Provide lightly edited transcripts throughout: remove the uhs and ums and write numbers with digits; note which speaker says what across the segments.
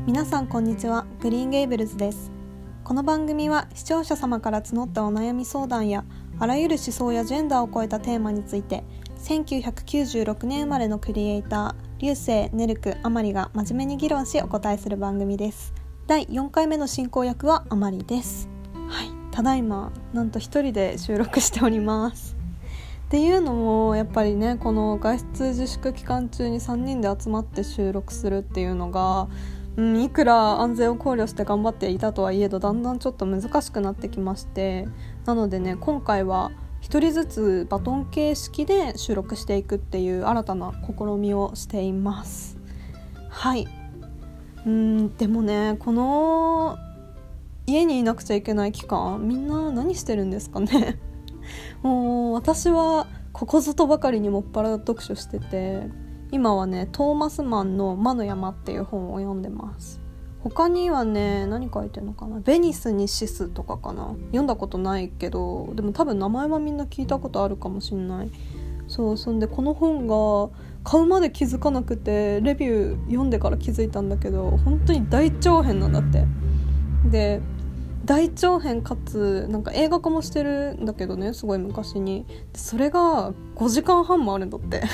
Speaker 1: 皆さんこんにちは。グリーンゲイブルズです。この番組は視聴者様から募ったお悩み相談やあらゆる思想やジェンダーを超えたテーマについて、1996年生まれのクリエイター流星、ネルク、アマリが真面目に議論しお答えする番組です。第4回目の進行役はアマリです。はい、ただいまなんと一人で収録しております。っていうのもやっぱりね、この外出自粛期間中に3人で集まって収録するっていうのが、いくら安全を考慮して頑張っていたとはいえど、だんだんちょっと難しくなってきまして、なのでね、今回は一人ずつバトン形式で収録していくっていう新たな試みをしています。はい。でもね、この家にいなくちゃいけない期間、みんな何してるんですかねもう私はここぞとばかりにもっぱら読書してて、今はねトーマスマンの魔の山っていう本を読んでます。他にはね、何書いてるのかな、ベニスにシスとかかな。読んだことないけど、でも多分名前はみんな聞いたことあるかもしんない。そんでこの本が買うまで気づかなくて、レビュー読んでから気づいたんだけど、本当に大長編なんだって。で大長編かつなんか映画化もしてるんだけどね、すごい昔に。それが5時間半もあるんだって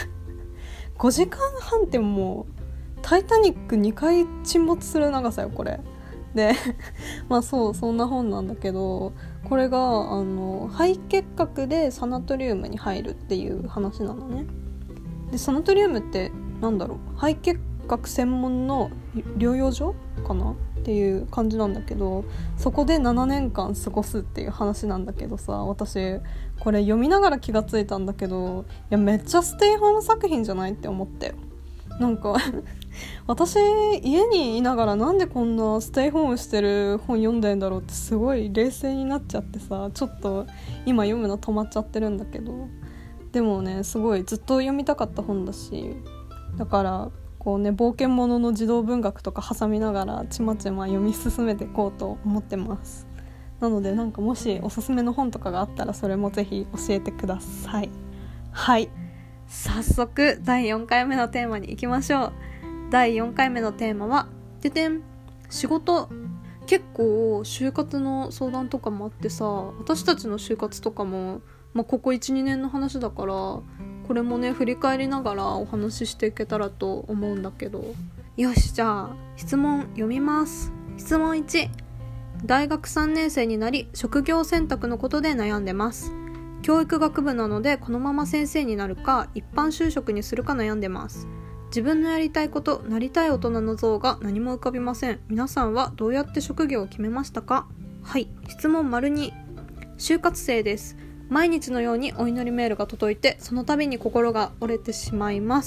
Speaker 1: 5時間半ってもうタイタニック2回沈没する長さよこれでそんな本なんだけど、これが肺結核でサナトリウムに入るっていう話なのね。でサナトリウムってなんだろう、肺結核専門の療養所かなっていう感じなんだけど、そこで7年間過ごすっていう話なんだけどさ、私これ読みながら気がついたんだけど、いやめっちゃステイホーム作品じゃないって思って、なんか私家にいながらなんでこんなステイホームしてる本読んでんだろうってすごい冷静になっちゃってさ、ちょっと今読むの止まっちゃってるんだけど、でもねすごいずっと読みたかった本だし、だからこうね、冒険者の児童文学とか挟みながらちまちま読み進めていこうと思ってます。なのでなんかもしおすすめの本とかがあったらそれもぜひ教えてください。はい、早速第4回目のテーマに行きましょう。第4回目のテーマはててん、仕事。結構就活の相談とかもあってさ、私たちの就活とかも、ここ 1,2 年の話だから、これもね振り返りながらお話ししていけたらと思うんだけど、よし、じゃあ質問読みます。質問1、大学3年生になり職業選択のことで悩んでます。教育学部なのでこのまま先生になるか一般就職にするか悩んでます。自分のやりたいこと、なりたい大人の像が何も浮かびません。皆さんはどうやって職業を決めましたか？はい。質問2、就活生です。毎日のようにお祈りメールが届いて、その度に心が折れてしまいます。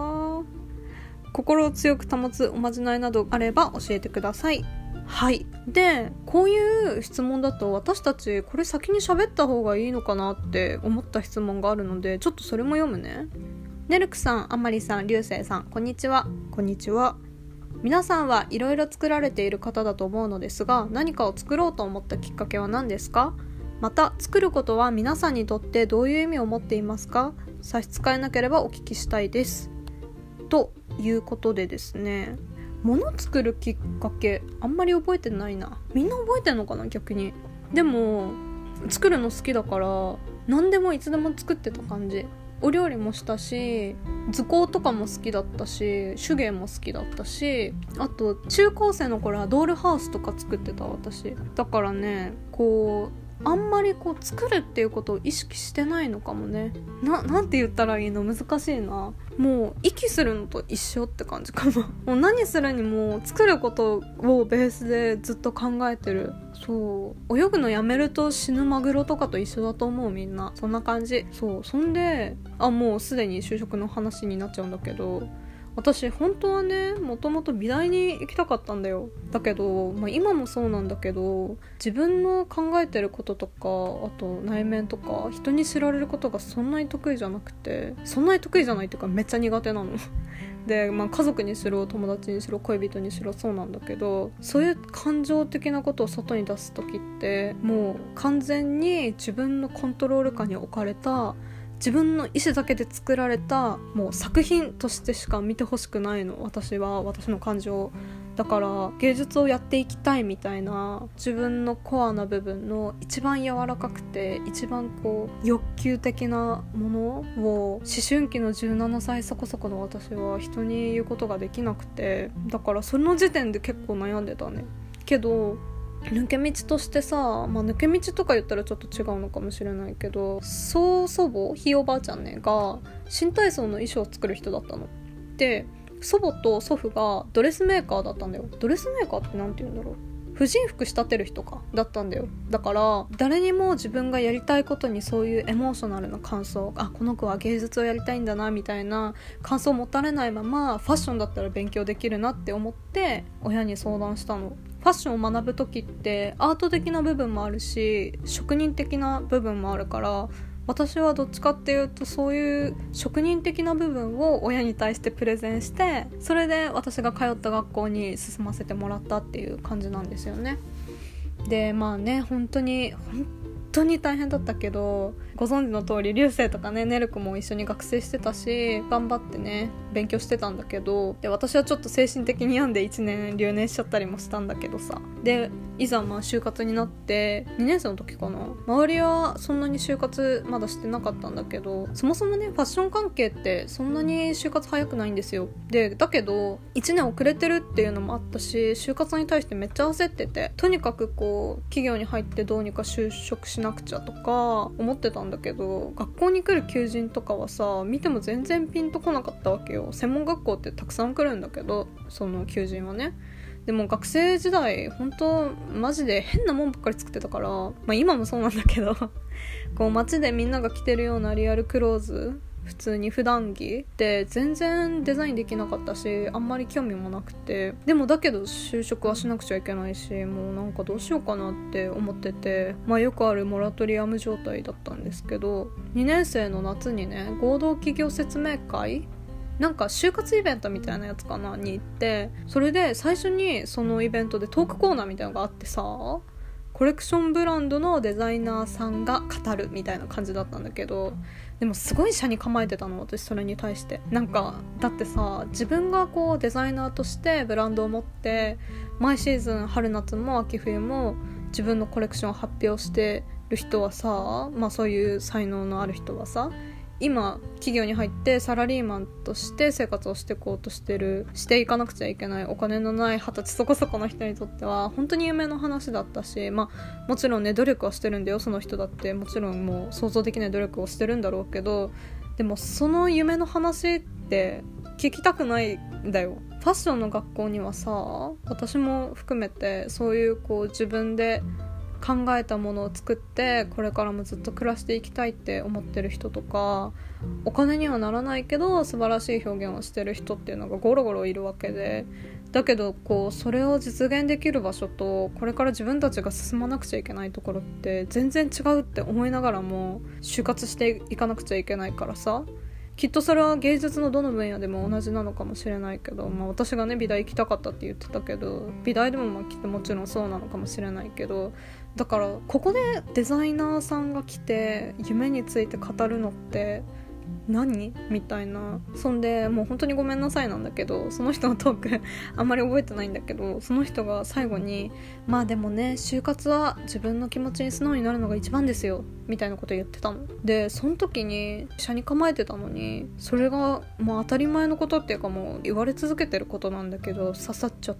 Speaker 1: 心を強く保つおまじないなどあれば教えてください。はい。で、こういう質問だと私たちこれ先に喋った方がいいのかなって思った質問があるので、ちょっとそれも読むね。ネルクさん、アマリさん、リュウセイさん、こんにちは。こんにちは。皆さんはいろいろ作られている方だと思うのですが、何かを作ろうと思ったきっかけは何ですか？また作ることは皆さんにとってどういう意味を持っていますか？差し支えなければお聞きしたいです。ということでですね、物作るきっかけあんまり覚えてないな。みんな覚えてんのかな逆に。でも作るの好きだから何でもいつでも作ってた感じ。お料理もしたし、図工とかも好きだったし、手芸も好きだったし、あと中高生の頃はドールハウスとか作ってた私。だからね、こうあんまりこう作るっていうことを意識してないのかもね。なんて言ったらいいの、難しいな。もう息するのと一緒って感じかなもう何するにも作ることをベースでずっと考えてる。そう、泳ぐのやめると死ぬマグロとかと一緒だと思う。みんなそんな感じ。そんでもうすでに就職の話になっちゃうんだけど、私本当はね、もともと美大に行きたかったんだよ。だけど、今もそうなんだけど、自分の考えてることとか、あと内面とか人に知られることがそんなに得意じゃなくて、そんなに得意じゃないっていうかめっちゃ苦手なので、家族にしろ友達にしろ恋人にしろそうなんだけど、そういう感情的なことを外に出す時ってもう完全に自分のコントロール下に置かれた自分の意思だけで作られたもう作品としてしか見てほしくないの。私の感情だから、芸術をやっていきたいみたいな自分のコアな部分の一番柔らかくて一番欲求的なものを思春期の17歳そこそこの私は人に言うことができなくて、だからその時点で結構悩んでたね。けど抜け道としてさ、抜け道とか言ったらちょっと違うのかもしれないけど、曽祖母ひいおばあちゃんねが新体操の衣装を作る人だったので、祖母と祖父がドレスメーカーだったんだよ。ドレスメーカーってなんて言うんだろう、婦人服仕立てる人かだったんだよ。だから誰にも自分がやりたいことにそういうエモーショナルな感想、この子は芸術をやりたいんだなみたいな感想を持たれないまま、ファッションだったら勉強できるなって思って親に相談したの。ファッションを学ぶ時ってアート的な部分もあるし職人的な部分もあるから、私はどっちかっていうとそういう職人的な部分を親に対してプレゼンして、それで私が通った学校に進ませてもらったっていう感じなんですよね。で本当に大変だったけど、ご存知の通り流星とかねネルクも一緒に学生してたし頑張ってね勉強してたんだけど、で私はちょっと精神的に病んで1年留年しちゃったりもしたんだけどさ、でいざ就活になって2年生の時かな、周りはそんなに就活まだしてなかったんだけど、そもそもねファッション関係ってそんなに就活早くないんですよ。でだけど1年遅れてるっていうのもあったし、就活に対してめっちゃ焦ってて、とにかく企業に入ってどうにか就職しなくちゃとか思ってたんだけど、学校に来る求人とかはさ見ても全然ピンとこなかったわけよ。専門学校ってたくさん来るんだけど、その求人はね。でも学生時代本当マジで変なもんばっかり作ってたから、今もそうなんだけど街でみんなが着てるようなリアルクローズ、普通に普段着で全然デザインできなかったし、あんまり興味もなくて、でもだけど就職はしなくちゃいけないし、もうなんかどうしようかなって思ってて、よくあるモラトリアム状態だったんですけど、2年生の夏にね合同企業説明会、なんか就活イベントみたいなやつかなに行って、それで最初にそのイベントでトークコーナーみたいなのがあってさ、コレクションブランドのデザイナーさんが語るみたいな感じだったんだけど、でもすごい斜に構えてたの私それに対して。なんかだってさ、自分がデザイナーとしてブランドを持って毎シーズン春夏も秋冬も自分のコレクションを発表してる人はさ、そういう才能のある人はさ、今企業に入ってサラリーマンとして生活をしていかなくちゃいけないお金のない20歳そこそこの人にとっては本当に夢の話だったし、もちろんね努力はしてるんだよ、その人だってもちろんもう想像できない努力をしてるんだろうけど、でもその夢の話って聞きたくないんだよ。ファッションの学校にはさ、私も含めてそういう自分で考えたものを作ってこれからもずっと暮らしていきたいって思ってる人とか、お金にはならないけど素晴らしい表現をしてる人っていうのがゴロゴロいるわけで、だけどそれを実現できる場所とこれから自分たちが進まなくちゃいけないところって全然違うって思いながらも就活していかなくちゃいけないからさ、きっとそれは芸術のどの分野でも同じなのかもしれないけど、私がね美大行きたかったって言ってたけど、美大でもきっともちろんそうなのかもしれないけど、だからここでデザイナーさんが来て夢について語るのって何みたいな。そんでもう本当にごめんなさいなんだけど、その人のトークあんまり覚えてないんだけど、その人が最後にでもね就活は自分の気持ちに素直になるのが一番ですよみたいなこと言ってたので、その時に斜に構えてたのに、それが当たり前のことっていうかもう言われ続けてることなんだけど刺さっちゃって、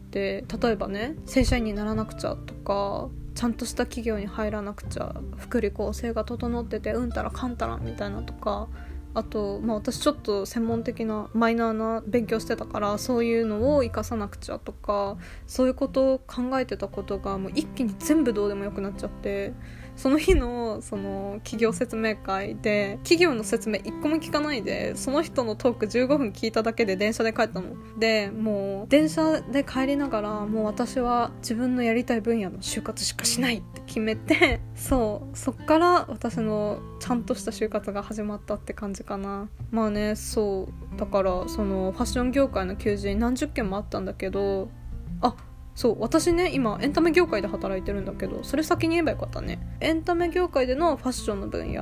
Speaker 1: 例えばね正社員にならなくちゃとか、ちゃんとした企業に入らなくちゃ、福利厚生が整っててうんたらかんたらみたいなとか、あと、私ちょっと専門的なマイナーな勉強してたからそういうのを活かさなくちゃとか、そういうことを考えてたことがもう一気に全部どうでもよくなっちゃって、その日のその企業説明会で企業の説明一個も聞かないでその人のトーク15分聞いただけで電車で帰ったので、もう電車で帰りながらもう私は自分のやりたい分野の就活しかしないって決めて、そっから私のちゃんとした就活が始まったって感じかな。そうだからそのファッション業界の求人何十件もあったんだけど、私ね今エンタメ業界で働いてるんだけど、それ先に言えばよかったね。エンタメ業界でのファッションの分野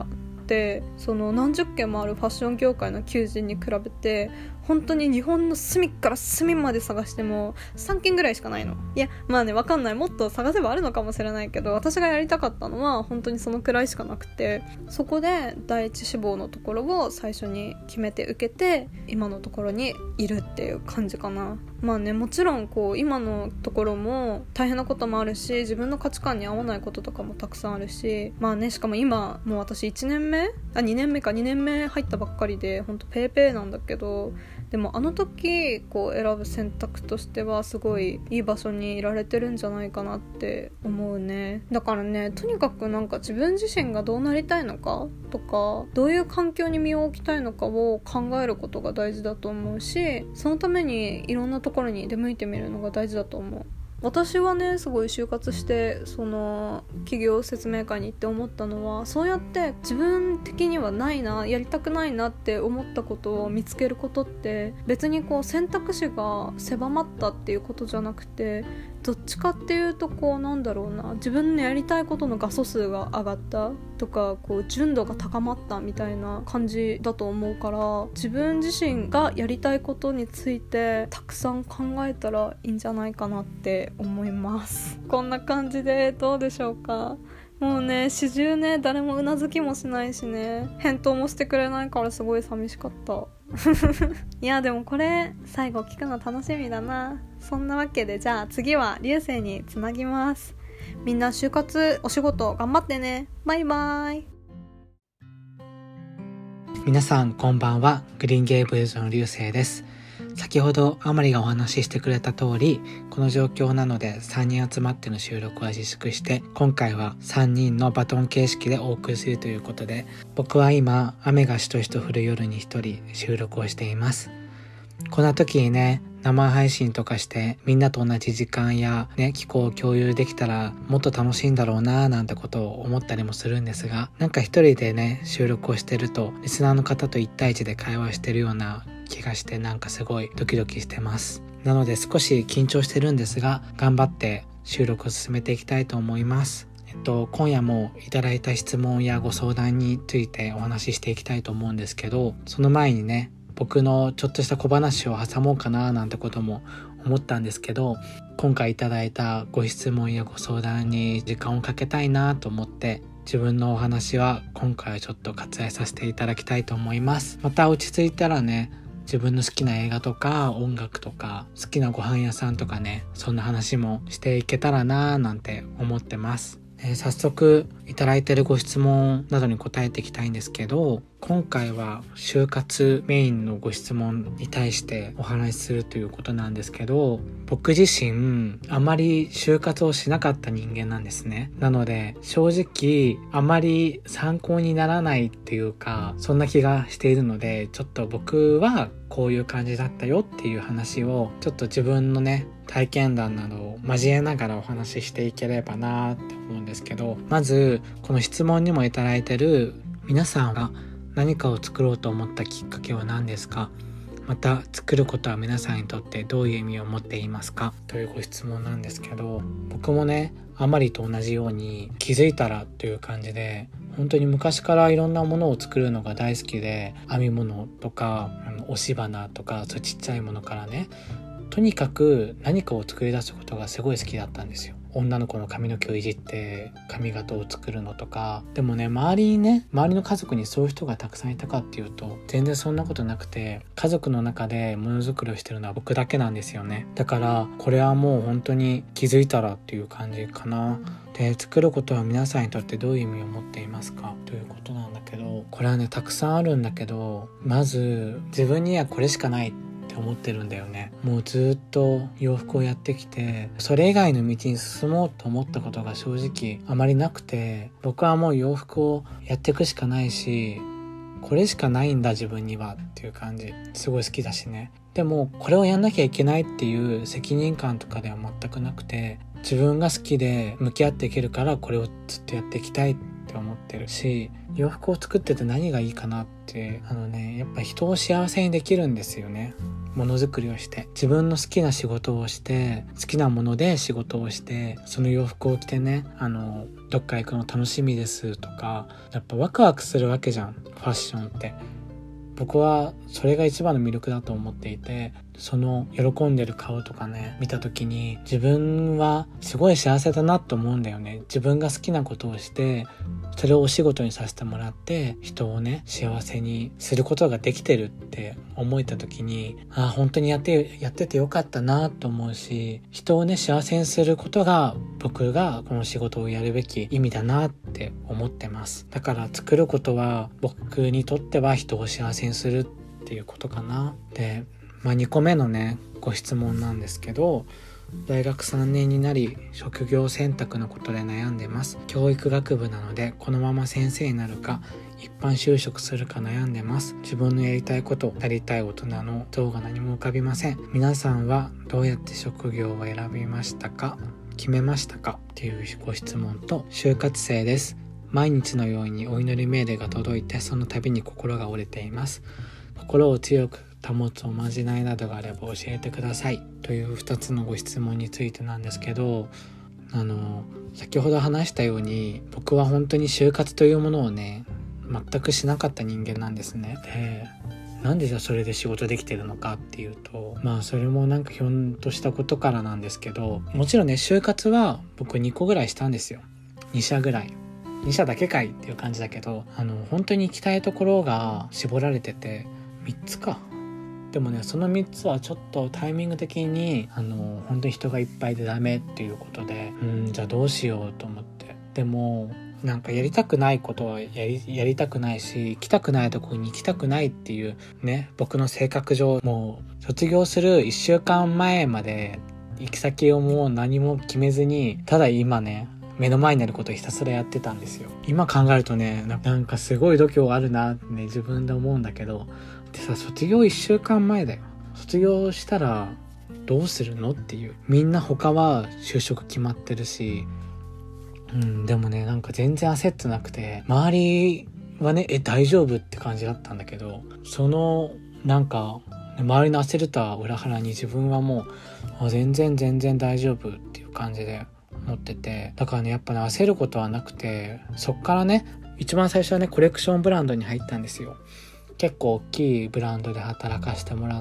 Speaker 1: ってその何十件もあるファッション業界の求人に比べて本当に日本の隅から隅まで探しても3件ぐらいしかないの。いやまあね、わかんない、もっと探せばあるのかもしれないけど、私がやりたかったのは本当にそのくらいしかなくて、そこで第一志望のところを最初に決めて受けて今のところにいるっていう感じかな。まあね、もちろんこう今のところも大変なこともあるし、自分の価値観に合わないこととかもたくさんあるし、まあね、しかも今もう私2年目入ったばっかりでほんとペーペーなんだけど、でもあの時こう選ぶ選択としてはすごいいい場所にいられてるんじゃないかなって思うね。だからね、とにかくなんか自分自身がどうなりたいのかとか、どういう環境に身を置きたいのかを考えることが大事だと思うし、そのためにいろんなところに出向いてみるのが大事だと思う。私はね、すごい就活してその企業説明会に行って思ったのは、そうやって自分的にはないな、やりたくないなって思ったことを見つけることって別にこう選択肢が狭まったっていうことじゃなくて、どっちかっていうとこうなんだろうな、自分のやりたいことの画素数が上がったとか、こう純度が高まったみたいな感じだと思うから、自分自身がやりたいことについてたくさん考えたらいいんじゃないかなって思います。こんな感じでどうでしょうか。もうね、始終ね、誰もうなずきもしないしね、返答もしてくれないからすごい寂しかったいやでもこれ最後聞くの楽しみだな。そんなわけで、じゃあ次は流星につなぎます。みんな就活お仕事頑張ってね。バイバイ。
Speaker 2: 皆さんこんばんは。グリーンゲーブルズの流星です。先ほどあまりがお話ししてくれた通り、この状況なので3人集まっての収録は自粛して、今回は3人のバトン形式でお送りするということで、僕は今雨がしとしと降る夜に一人収録をしています。こんな時にね、生配信とかしてみんなと同じ時間やね、気候を共有できたらもっと楽しいんだろうななんてことを思ったりもするんですが、なんか一人でね収録をしてるとリスナーの方と1対1で会話してるような気がして、なんかすごいドキドキしてます。なので少し緊張してるんですが、頑張って収録を進めていきたいと思います。今夜もいただいた質問やご相談についてお話ししていきたいと思うんですけど、その前にね、僕のちょっとした小話を挟もうかななんてことも思ったんですけど、今回いただいたご質問やご相談に時間をかけたいなと思って、自分のお話は今回はちょっと割愛させていただきたいと思います。また落ち着いたらね、自分の好きな映画とか音楽とか好きなご飯屋さんとかね、そんな話もしていけたらななんて思ってます。早速いただいているご質問などに答えていきたいんですけど、今回は就活メインのご質問に対してお話しするということなんですけど、僕自身あまり就活をしなかった人間なんですね。なので正直あまり参考にならないっていうか、そんな気がしているので、ちょっと僕はこういう感じだったよっていう話をちょっと自分のね体験談などを交えながらお話ししていければなって思うんですけど、まずこの質問にもいただいてる、皆さんが何かを作ろうと思ったきっかけは何ですか？また作ることは皆さんにとってどういう意味を持っていますか？というご質問なんですけど、僕もねあまりと同じように気づいたらという感じで、本当に昔からいろんなものを作るのが大好きで、編み物とか押し花とか、そうちっちゃいものからね、とにかく何かを作り出すことがすごい好きだったんですよ。女の子の髪の毛をいじって髪型を作るのとか。でもね、周りの家族にそういう人がたくさんいたかっていうと全然そんなことなくて、家族の中でものづくりをしてるのは僕だけなんですよね。だからこれはもう本当に気づいたらっていう感じかな。で、作ることは皆さんにとってどういう意味を持っていますかということなんだけど、これはねたくさんあるんだけど、まず自分にはこれしかないって思ってるんだよね。もうずっと洋服をやってきて、それ以外の道に進もうと思ったことが正直あまりなくて、僕はもう洋服をやっていくしかないし、これしかないんだ自分にはっていう感じ。すごい好きだしね。でもこれをやんなきゃいけないっていう責任感とかでは全くなくて、自分が好きで向き合っていけるからこれをずっとやっていきたいって思ってるし、洋服を作ってて何がいいかなって、やっぱ人を幸せにできるんですよね。 ものづくりをして、自分の好きな仕事をして、好きなもので仕事をして、その洋服を着てね、どっか行くの楽しみですとか、やっぱワクワクするわけじゃん、ファッションって。僕はそれが一番の魅力だと思っていて、その喜んでる顔とかね見た時に自分はすごい幸せだなと思うんだよね。自分が好きなことをしてそれをお仕事にさせてもらって人をね幸せにすることができてるって思えた時に、本当にやっててよかったなと思うし、人をね幸せにすることが僕がこの仕事をやるべき意味だなって思ってます。だから作ることは僕にとっては人を幸せにするっていうことかな。で2個目のねご質問なんですけど、大学3年になり職業選択のことで悩んでます。教育学部なのでこのまま先生になるか一般就職するか悩んでます。自分のやりたいこと、なりたい大人の像が何も浮かびません。皆さんはどうやって職業を選びましたか、決めましたかっていうご質問と、就活生です。毎日のようにお祈りメールが届いてその度に心が折れています。心を強く保つおまじないなどがあれば教えてくださいという2つのご質問についてなんですけど、先ほど話したように僕は本当に就活というものをね全くしなかった人間なんですね。でなんでじゃあそれで仕事できてるのかっていうと、それもなんかひょんとしたことからなんですけど、もちろんね就活は僕2個ぐらいしたんですよ。2社ぐらい、2社だけかいっていう感じだけど、本当に行きたいところが絞られてて3つか。でもねその3つはちょっとタイミング的に本当に人がいっぱいでダメっていうことで、じゃあどうしようと思って、でもなんかやりたくないことはやりたくないし、行きたくないところに行きたくないっていうね、僕の性格上もう卒業する1週間前まで行き先をもう何も決めずに、ただ今ね目の前にあることをひたすらやってたんですよ。今考えるとねなんかすごい度胸あるなってね自分で思うんだけど、でさ卒業1週間前だよ。卒業したらどうするのっていう、みんな他は就職決まってるし、でもねなんか全然焦ってなくて、周りはね大丈夫って感じだったんだけど、そのなんか周りの焦るとは裏腹に自分はもう全然大丈夫っていう感じで思ってて、だからねやっぱね焦ることはなくて、そっからね一番最初はねコレクションブランドに入ったんですよ。結構大きいブランドで働かせてもらって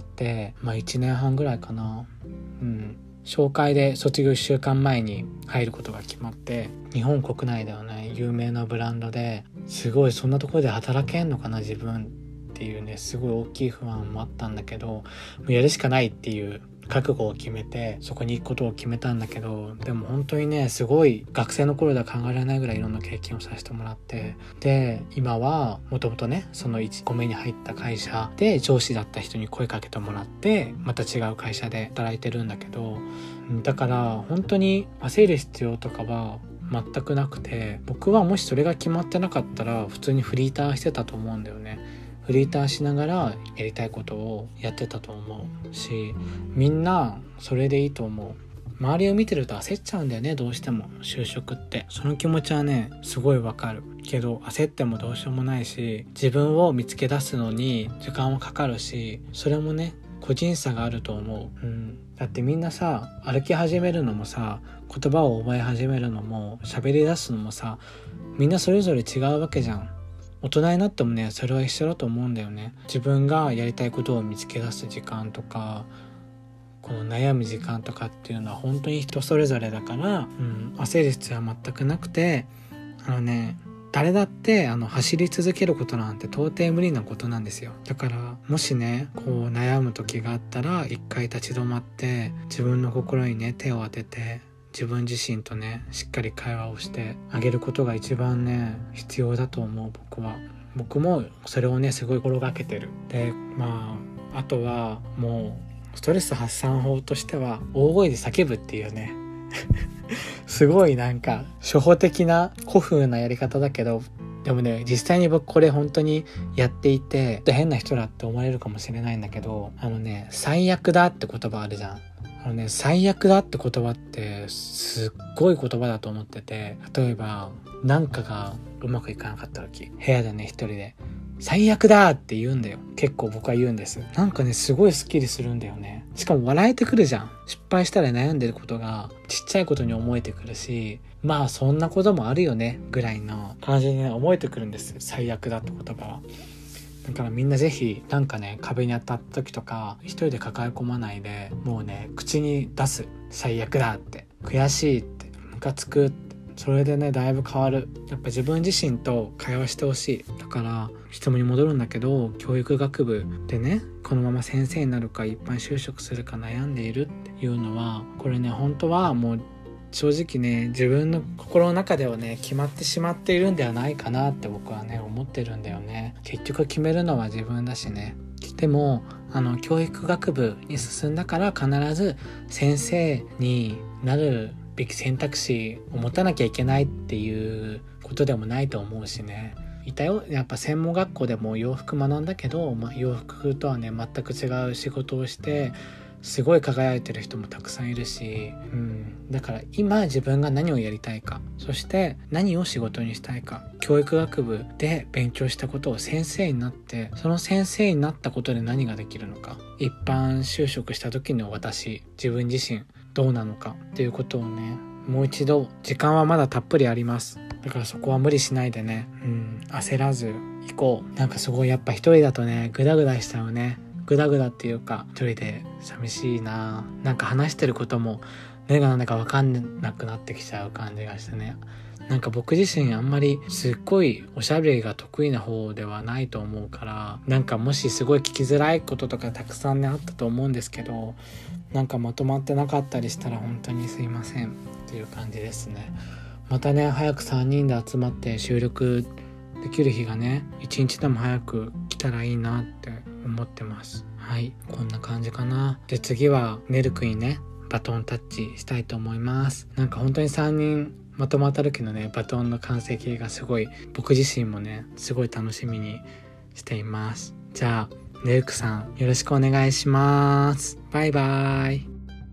Speaker 2: 、1年半ぐらいかな。紹介で卒業1週間前に入ることが決まって、日本国内ではね有名なブランドで、すごいそんなところで働けんのかな自分っていうねすごい大きい不安もあったんだけど、もうやるしかないっていう覚悟を決めてそこに行くことを決めたんだけど、でも本当にねすごい学生の頃では考えられないぐらいいろんな経験をさせてもらって、で今はもともとねその1個目に入った会社で上司だった人に声かけてもらってまた違う会社で働いてるんだけど、だから本当に焦る必要とかは全くなくて、僕はもしそれが決まってなかったら普通にフリーターしてたと思うんだよね。フリーターしながらやりたいことをやってたと思うし、みんなそれでいいと思う。周りを見てると焦っちゃうんだよね、どうしても就職って。その気持ちはねすごいわかるけど、焦ってもどうしようもないし、自分を見つけ出すのに時間はかかるし、それもね個人差があると思う。だってみんなさ歩き始めるのもさ、言葉を覚え始めるのも喋り出すのもさ、みんなそれぞれ違うわけじゃん。大人になってもねそれは一緒だと思うんだよね。自分がやりたいことを見つけ出す時間とか、この悩む時間とかっていうのは本当に人それぞれだから、焦る必要は全くなくて、誰だって走り続けることなんて到底無理なことなんですよ。だからもしねこう悩む時があったら一回立ち止まって自分の心にね手を当てて、自分自身とねしっかり会話をしてあげることが一番ね必要だと思う。僕もそれをねすごい心がけてる。であとはもうストレス発散法としては大声で叫ぶっていうねすごいなんか初歩的な古風なやり方だけど、でもね実際に僕これ本当にやっていて変な人だって思われるかもしれないんだけど、最悪だって言葉あるじゃん。最悪だって言葉ってすっごい言葉だと思ってて、例えばなんかがうまくいかなかった時、部屋でね一人で最悪だって言うんだよ。結構僕は言うんです。なんかね、すごいスッキリするんだよね。しかも笑えてくるじゃん。失敗したら悩んでることがちっちゃいことに思えてくるし、まあそんなこともあるよねぐらいの感じに、ね、思えてくるんです。最悪だって言葉は。だからみんなぜひなんかね、壁に当たった時とか一人で抱え込まないで、もうね、口に出す。最悪だって、悔しいって、ムカつくって。それでね、だいぶ変わる。やっぱ自分自身と会話してほしい。だから質問に戻るんだけど、教育学部でね、このまま先生になるか一般就職するか悩んでいるっていうのは、これね、本当はもう正直ね、自分の心の中ではね、決まってしまっているんではないかなって僕はね、思ってるんだよね。結局決めるのは自分だしね。でも教育学部に進んだから必ず先生になるべき選択肢を持たなきゃいけないっていうことでもないと思うしね。いたよ、やっぱ専門学校でも洋服学んだけど、洋服とはね全く違う仕事をしてすごい輝いてる人もたくさんいるし、だから今自分が何をやりたいか、そして何を仕事にしたいか、教育学部で勉強したことを先生になって、その先生になったことで何ができるのか、一般就職した時の私自分自身どうなのかっていうことをね、もう一度、時間はまだたっぷりあります。だからそこは無理しないでね、焦らず行こう。なんかすごいやっぱ一人だとね、グダグダしちゃうね。グダグダっていうか、一人で寂しいな。なんか話してることも何が何だか分かんなくなってきちゃう感じがしてね。なんか僕自身あんまりすっごいおしゃべりが得意な方ではないと思うから、なんかもしすごい聞きづらいこととかたくさんねあったと思うんですけど、なんかまとまってなかったりしたら本当にすいませんっていう感じですね。またね、早く3人で集まって収録できる日がね、1日でも早く来たらいいなって思ってます。はい、こんな感じかな。で、次はねるくんにねバトンタッチしたいと思います。なんか本当に3人まとまった時のね、バトンの完成形がすごい、僕自身もねすごい楽しみにしています。じゃあねるくさん、よろしくお願いします。バイバイ。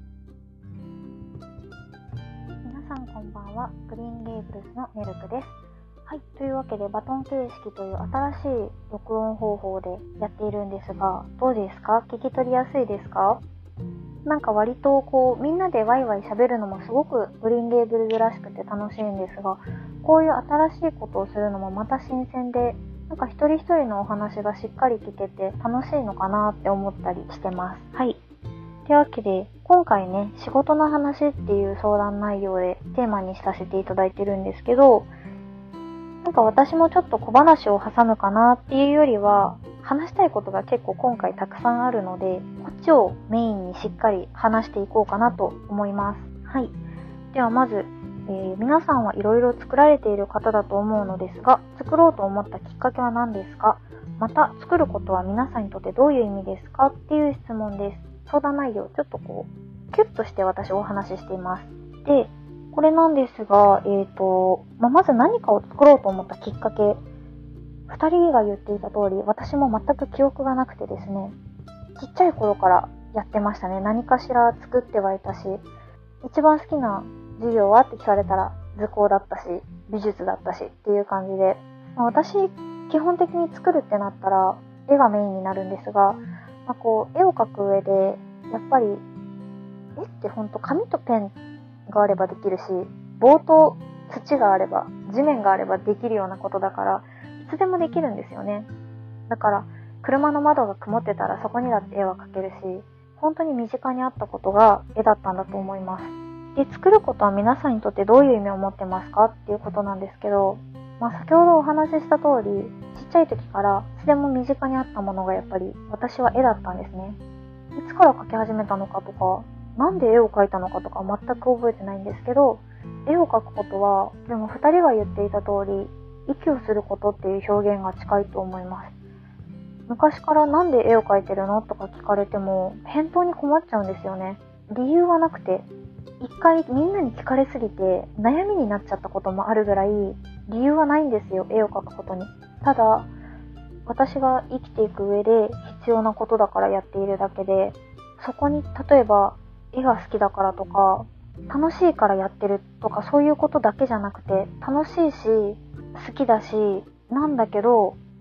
Speaker 3: 皆さんこんばんは。グリーンゲーブルズのねるくです。はい、というわけでバトン形式という新しい録音方法でやっているんですが、どうですか？聞き取りやすいですか？なんか割とみんなでワイワイ喋るのもすごくグリーンゲーブルズらしくて楽しいんですが、こういう新しいことをするのもまた新鮮で、なんか一人一人のお話がしっかり聞けて楽しいのかなって思ったりしてます。はい。というわけで、今回ね、仕事の話っていう相談内容でテーマにさせていただいてるんですけど、なんか私もちょっと小話を挟むかなっていうよりは、話したいことが結構今回たくさんあるので、こっちをメインにしっかり話していこうかなと思います。はい。ではまず、皆さんはいろいろ作られている方だと思うのですが、作ろうと思ったきっかけは何ですか？また、作ることは皆さんにとってどういう意味ですか？っていう質問です。相談内容、ちょっとキュッとして私お話ししています。で、これなんですが、まず何かを作ろうと思ったきっかけ、二人が言っていた通り、私も全く記憶がなくてですね、ちっちゃい頃からやってましたね。何かしら作ってはいたし、一番好きな授業はって聞かれたら図工だったし、美術だったしっていう感じで、私、基本的に作るってなったら絵がメインになるんですが、絵を描く上で、やっぱり絵ってほんと紙とペンがあればできるし、棒と土があれば、地面があればできるようなことだから、いつでもできるんですよね。だから、車の窓が曇ってたらそこにだって絵は描けるし、本当に身近にあったことが絵だったんだと思います。で、作ることは皆さんにとってどういう意味を持ってますかっていうことなんですけど、先ほどお話しした通り、ちっちゃい時からいつでも身近にあったものがやっぱり私は絵だったんですね。いつから描き始めたのかとか、なんで絵を描いたのかとか全く覚えてないんですけど、絵を描くことは、でも二人が言っていた通り、息をすることっていう表現が近いと思います。昔からなんで絵を描いてるのとか聞かれても、返答に困っちゃうんですよね。理由はなくて、一回みんなに聞かれすぎて悩みになっちゃったこともあるぐらい、理由はないんですよ、絵を描くことに。ただ、私が生きていく上で必要なことだからやっているだけで、そこに例えば絵が好きだからとか、楽しいからやってるとかそういうことだけじゃなくて、楽しいし、好きだし、なんだけど、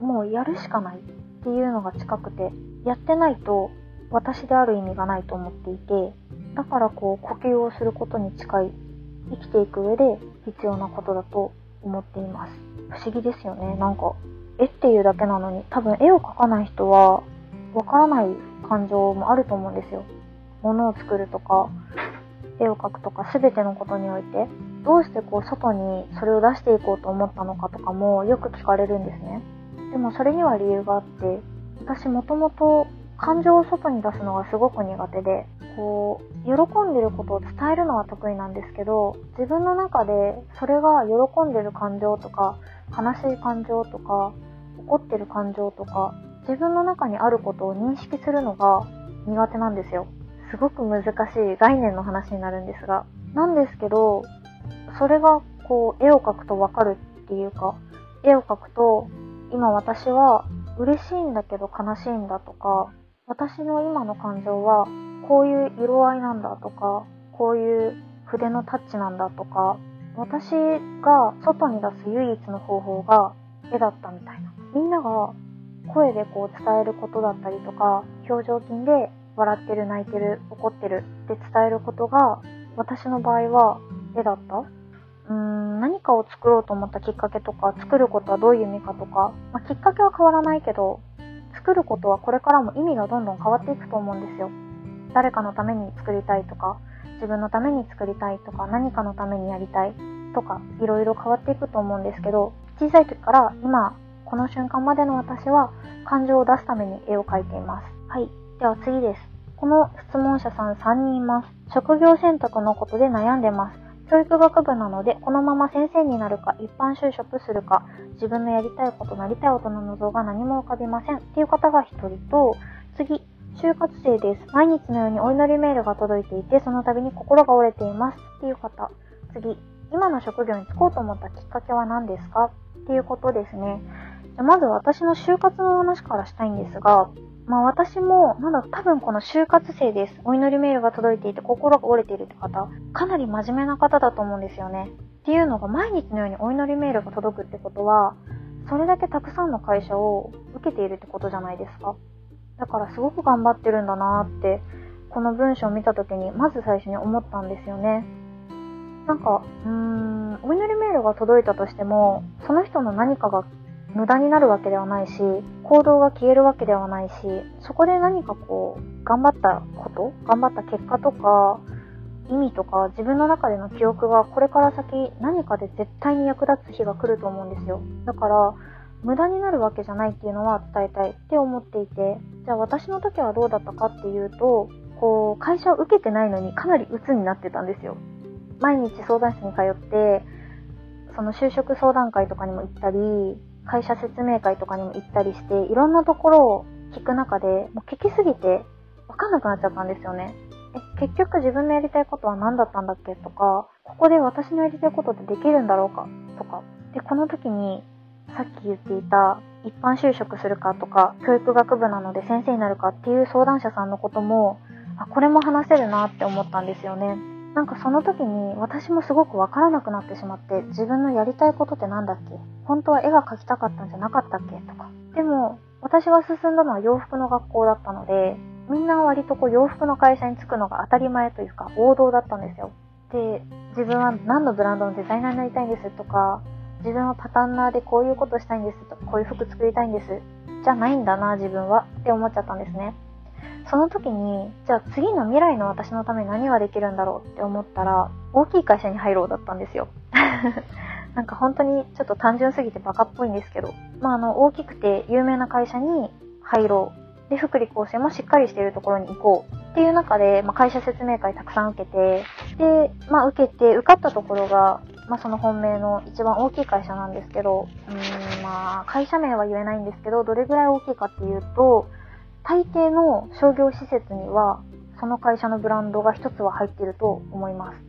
Speaker 3: もうやるしかないっていうのが近くて、やってないと私である意味がないと思っていて、だから呼吸をすることに近い、生きていく上で必要なことだと思っています。不思議ですよね。絵っていうだけなのに、多分絵を描かない人はわからない感情もあると思うんですよ。物を作るとか絵を描くとか全てのことにおいて、どうして外にそれを出していこうと思ったのかとかもよく聞かれるんですね。でもそれには理由があって、私もともと感情を外に出すのがすごく苦手で、喜んでることを伝えるのは得意なんですけど、自分の中でそれが喜んでる感情とか悲しい感情とか怒ってる感情とか、自分の中にあることを認識するのが苦手なんですよ。すごく難しい概念の話になるんですが、なんですけど、それが絵を描くとわかるっていうか、絵を描くと今私は嬉しいんだけど悲しいんだとか、私の今の感情はこういう色合いなんだとか、こういう筆のタッチなんだとか、私が外に出す唯一の方法が絵だったみたいな。みんなが声で伝えることだったりとか、表情筋で笑ってる、泣いてる、怒ってるって伝えることが、私の場合は絵だった。何かを作ろうと思ったきっかけとか、作ることはどういう意味かとか、きっかけは変わらないけど、作ることはこれからも意味がどんどん変わっていくと思うんですよ。誰かのために作りたいとか、自分のために作りたいとか、何かのためにやりたいとか、いろいろ変わっていくと思うんですけど、小さい時から今、この瞬間までの私は感情を出すために絵を描いています。はい。では次です。この質問者さん3人います。職業選択のことで悩んでます。教育学部なので、このまま先生になるか、一般就職するか、自分のやりたいこと、なりたい大人の像が何も浮かびませんっていう方が1人と、次、就活生です。毎日のようにお祈りメールが届いていて、その度に心が折れていますっていう方。次、今の職業に就こうと思ったきっかけは何ですかっていうことですね。じゃまず私の就活の話からしたいんですが、私も多分この就活生です。お祈りメールが届いていて心が折れているって方、かなり真面目な方だと思うんですよね。っていうのが、毎日のようにお祈りメールが届くってことは、それだけたくさんの会社を受けているってことじゃないですか。だからすごく頑張ってるんだなーって、この文章を見た時にまず最初に思ったんですよね。お祈りメールが届いたとしても、その人の何かが無駄になるわけではないし、行動が消えるわけではないし、そこで何か頑張ったこと、頑張った結果とか、意味とか、自分の中での記憶がこれから先何かで絶対に役立つ日が来ると思うんですよ。だから、無駄になるわけじゃないっていうのは伝えたいって思っていて、じゃあ私の時はどうだったかっていうと、会社を受けてないのにかなり鬱になってたんですよ。毎日相談室に通って、その就職相談会とかにも行ったり、会社説明会とかにも行ったりして、いろんなところを聞く中で、もう聞きすぎて分かんなくなっちゃったんですよね。結局自分のやりたいことは何だったんだっけとか、ここで私のやりたいことってできるんだろうかとか。で、この時にさっき言っていた一般就職するかとか、教育学部なので先生になるかっていう相談者さんのことも、これも話せるなって思ったんですよね。その時に私もすごくわからなくなってしまって、自分のやりたいことってなんだっけ？本当は絵が描きたかったんじゃなかったっけとか。でも、私が進んだのは洋服の学校だったので、みんな割と洋服の会社に就くのが当たり前というか王道だったんですよ。で、自分は何のブランドのデザイナーになりたいんですとか、自分はパタンナーでこういうことしたいんですとか、こういう服作りたいんですじゃないんだな自分はって思っちゃったんですね。その時に、じゃあ次の未来の私のために何ができるんだろうって思ったら、大きい会社に入ろうだったんですよ。本当にちょっと単純すぎてバカっぽいんですけど、大きくて有名な会社に入ろう。で、福利厚生もしっかりしているところに行こうっていう中で、会社説明会たくさん受けて、で、受けて受かったところが、その本命の一番大きい会社なんですけど、会社名は言えないんですけど、どれぐらい大きいかっていうと、大抵の商業施設にはその会社のブランドが一つは入っていると思います。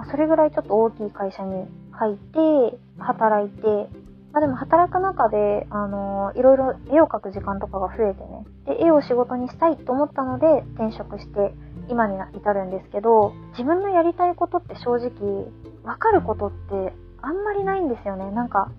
Speaker 3: それぐらいちょっと大きい会社に入って働いて、でも働く中でいろいろ絵を描く時間とかが増えてね、で絵を仕事にしたいと思ったので転職して今に至るんですけど、自分のやりたいことって正直分かることってあんまりないんですよね。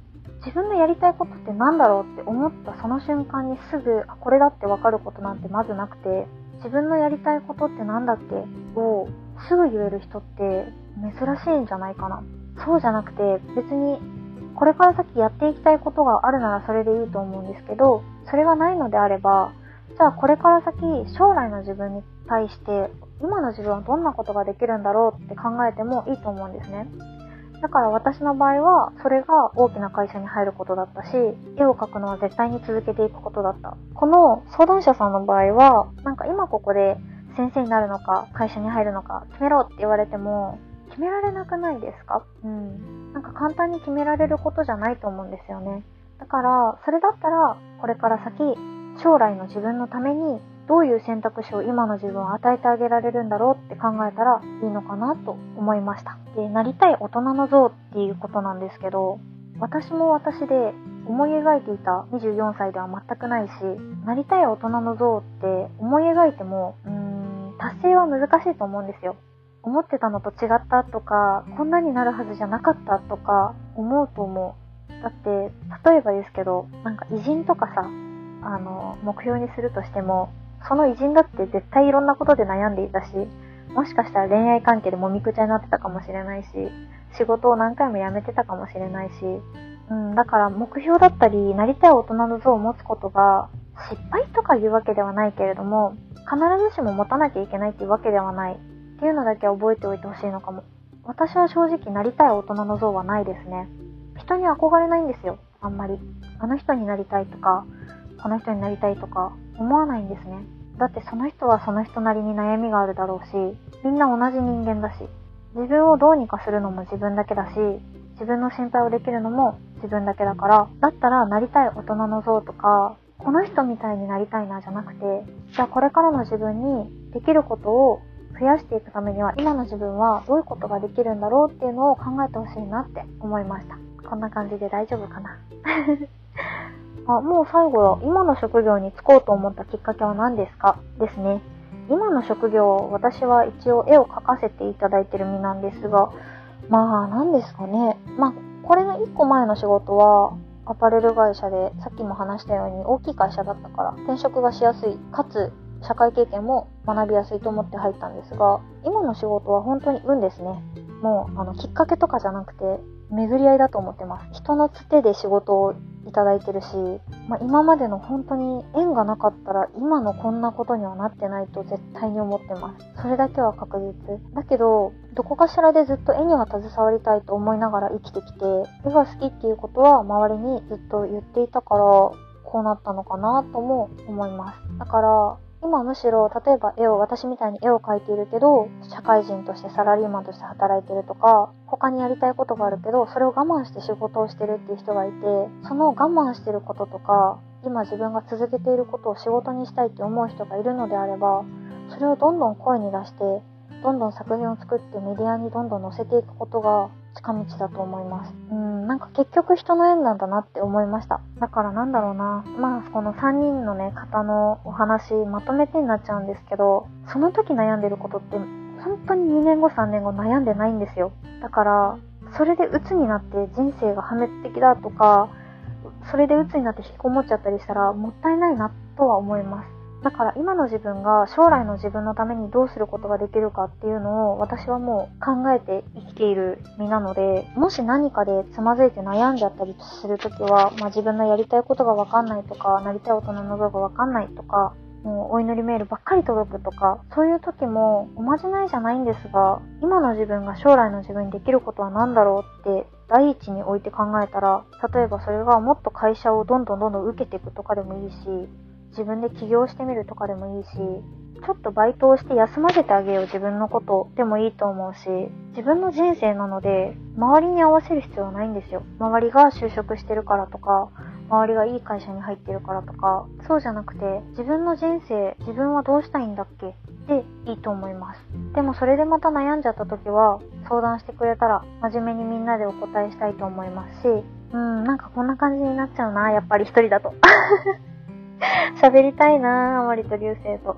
Speaker 3: 自分のやりたいことってなんだろうって思ったその瞬間にすぐ、これだってわかることなんてまずなくて、自分のやりたいことってなんだっけをすぐ言える人って珍しいんじゃないかな。そうじゃなくて、別にこれから先やっていきたいことがあるならそれでいいと思うんですけど、それがないのであれば、じゃあこれから先将来の自分に対して今の自分はどんなことができるんだろうって考えてもいいと思うんですね。だから私の場合はそれが大きな会社に入ることだったし、絵を描くのは絶対に続けていくことだった。この相談者さんの場合は、なんか今ここで先生になるのか会社に入るのか決めろって言われても決められなくないですか？なんか簡単に決められることじゃないと思うんですよね。だからそれだったらこれから先将来の自分のためにどういう選択肢を今の自分は与えてあげられるんだろうって考えたらいいのかなと思いました。で、なりたい大人の像っていうことなんですけど、私も私で思い描いていた24歳では全くないし、なりたい大人の像って思い描いても達成は難しいと思うんですよ。思ってたのと違ったとか、こんなになるはずじゃなかったとか思うと思う。だって例えばですけど、なんか偉人とかさ、目標にするとしても、その偉人だって絶対いろんなことで悩んでいたし、もしかしたら恋愛関係でもみくちゃになってたかもしれないし、仕事を何回も辞めてたかもしれないし、だから目標だったり、なりたい大人の像を持つことが失敗とかいうわけではないけれども、必ずしも持たなきゃいけないっていうわけではないっていうのだけは覚えておいてほしいのかも。私は正直なりたい大人の像はないですね。人に憧れないんですよ、あんまり。あの人になりたいとか、この人になりたいとか思わないんですね。だってその人はその人なりに悩みがあるだろうし、みんな同じ人間だし、自分をどうにかするのも自分だけだし、自分の心配をできるのも自分だけだから、だったらなりたい大人の像とか、この人みたいになりたいなじゃなくて、じゃあこれからの自分にできることを増やしていくためには、今の自分はどういうことができるんだろうっていうのを考えてほしいなって思いました。こんな感じで大丈夫かなもう最後、今の職業に就こうと思ったきっかけは何ですかですね。今の職業、私は一応絵を描かせていただいてる身なんですが、何ですかね。これの1個前の仕事は、アパレル会社で、さっきも話したように大きい会社だったから、転職がしやすい、かつ社会経験も学びやすいと思って入ったんですが、今の仕事は本当に運ですね。もう、きっかけとかじゃなくて、巡り合いだと思ってます。人のつてで仕事をいただいてるし、今までの本当に縁がなかったら今のこんなことにはなってないと絶対に思ってます。それだけは確実。だけど、どこかしらでずっと絵には携わりたいと思いながら生きてきて、絵が好きっていうことは周りにずっと言っていたから、こうなったのかなとも思います。だから、今むしろ例えば私みたいに絵を描いているけど社会人としてサラリーマンとして働いてるとか、他にやりたいことがあるけどそれを我慢して仕事をしてるっていう人がいて、その我慢してることとか今自分が続けていることを仕事にしたいって思う人がいるのであれば、それをどんどん声に出してどんどん作品を作ってメディアにどんどん載せていくことが近道だと思います。なんか結局人の縁なんだなって思いました。だからなんだろうな。この3人のね、方のお話まとめてになっちゃうんですけど、その時悩んでることって本当に2年後3年後悩んでないんですよ。だから、それで鬱になって人生が破滅的だとか、それで鬱になって引きこもっちゃったりしたらもったいないなとは思います。だから今の自分が将来の自分のためにどうすることができるかっていうのを私はもう考えて生きている身なので、もし何かでつまずいて悩んじゃったりするときは、自分のやりたいことがわかんないとか、なりたい大人の像がわかんないとか、もうお祈りメールばっかり届くとか、そういう時もおまじないじゃないんですが、今の自分が将来の自分にできることは何だろうって第一に置いて考えたら、例えばそれがもっと会社をどんどん受けていくとかでもいいし、自分で起業してみるとかでもいいし、ちょっとバイトをして休ませてあげよう自分のことでもいいと思うし、自分の人生なので周りに合わせる必要はないんですよ。周りが就職してるからとか、周りがいい会社に入ってるからとか、そうじゃなくて自分の人生、自分はどうしたいんだっけでいいと思います。でもそれでまた悩んじゃった時は相談してくれたら真面目にみんなでお答えしたいと思いますし、なんかこんな感じになっちゃうな、やっぱり一人だと喋りたいなぁ、あまりと流星と。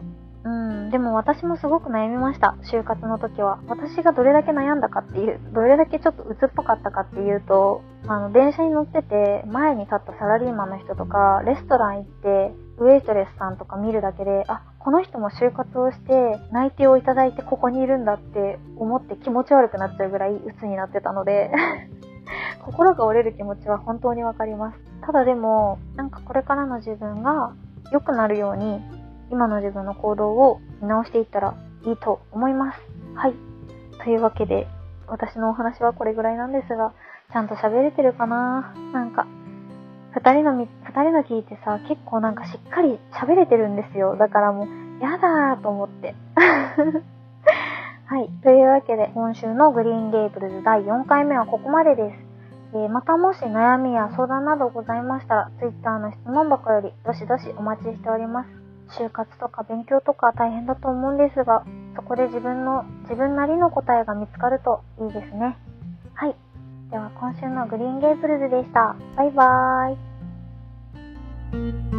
Speaker 3: でも私もすごく悩みました、就活の時は。私がどれだけ悩んだかっていう、どれだけちょっと鬱っぽかったかっていうと、電車に乗ってて、前に立ったサラリーマンの人とか、レストラン行って、ウェイトレスさんとか見るだけで、あ、この人も就活をして、内定をいただいてここにいるんだって思って気持ち悪くなっちゃうぐらい鬱になってたので、心が折れる気持ちは本当にわかります。ただでも、これからの自分が良くなるように、今の自分の行動を見直していったらいいと思います。はい。というわけで、私のお話はこれぐらいなんですが、ちゃんと喋れてるかな？二人の聞いてさ、結構しっかり喋れてるんですよ。だからもう、やだーと思って。はい。というわけで、今週のグリーンゲーブルズ第4回目はここまでです。またもし悩みや相談などございましたら、Twitter の質問箱よりどしどしお待ちしております。就活とか勉強とか大変だと思うんですが、そこで自分なりの答えが見つかるといいですね。はい。では今週のグリーンゲーブルズでした。バイバーイ。